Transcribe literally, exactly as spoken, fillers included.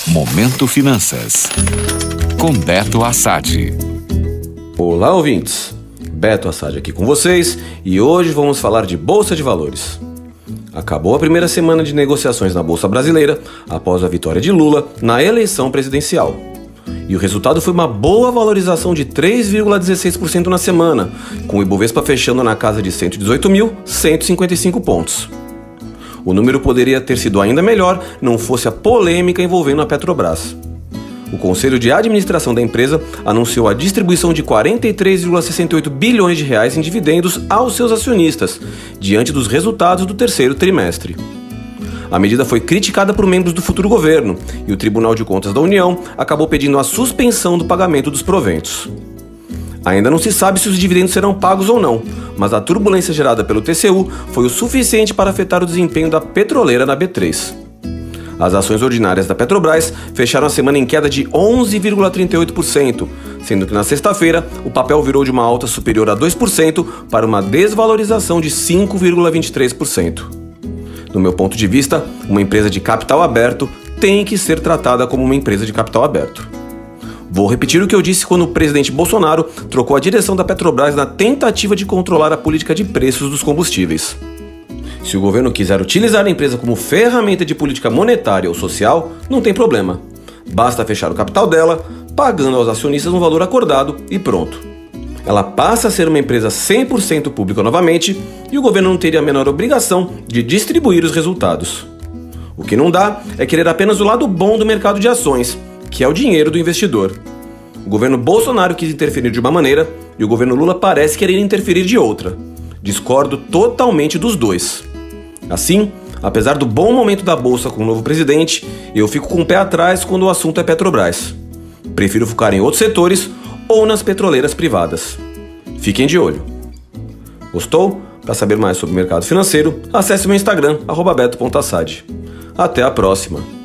Momento Finanças, com Beto Assad. Olá, ouvintes! Beto Assad aqui com vocês e hoje vamos falar de Bolsa de Valores. Acabou a primeira semana de negociações na Bolsa Brasileira após a vitória de Lula na eleição presidencial. E o resultado foi uma boa valorização de três vírgula dezesseis por cento na semana, com o Ibovespa fechando na casa de cento e dezoito mil cento e cinquenta e cinco pontos. O número poderia ter sido ainda melhor não fosse a polêmica envolvendo a Petrobras. O Conselho de Administração da empresa anunciou a distribuição de quarenta e três vírgula sessenta e oito bilhões de reais em dividendos aos seus acionistas, diante dos resultados do terceiro trimestre. A medida foi criticada por membros do futuro governo e o Tribunal de Contas da União acabou pedindo a suspensão do pagamento dos proventos. Ainda não se sabe se os dividendos serão pagos ou não, mas a turbulência gerada pelo T C U foi o suficiente para afetar o desempenho da petroleira na B três. As ações ordinárias da Petrobras fecharam a semana em queda de onze vírgula trinta e oito por cento, sendo que na sexta-feira o papel virou de uma alta superior a dois por cento para uma desvalorização de cinco vírgula vinte e três por cento. Do meu ponto de vista, uma empresa de capital aberto tem que ser tratada como uma empresa de capital aberto. Vou repetir o que eu disse quando o presidente Bolsonaro trocou a direção da Petrobras na tentativa de controlar a política de preços dos combustíveis. Se o governo quiser utilizar a empresa como ferramenta de política monetária ou social, não tem problema. Basta fechar o capital dela, pagando aos acionistas um valor acordado e pronto. Ela passa a ser uma empresa cem por cento pública novamente e o governo não teria a menor obrigação de distribuir os resultados. O que não dá é querer apenas o lado bom do mercado de ações, que é o dinheiro do investidor. O governo Bolsonaro quis interferir de uma maneira e o governo Lula parece querer interferir de outra. Discordo totalmente dos dois. Assim, apesar do bom momento da Bolsa com o novo presidente, eu fico com o pé atrás quando o assunto é Petrobras. Prefiro focar em outros setores ou nas petroleiras privadas. Fiquem de olho. Gostou? Para saber mais sobre o mercado financeiro, acesse o meu Instagram, arroba beto ponto assad. Até a próxima!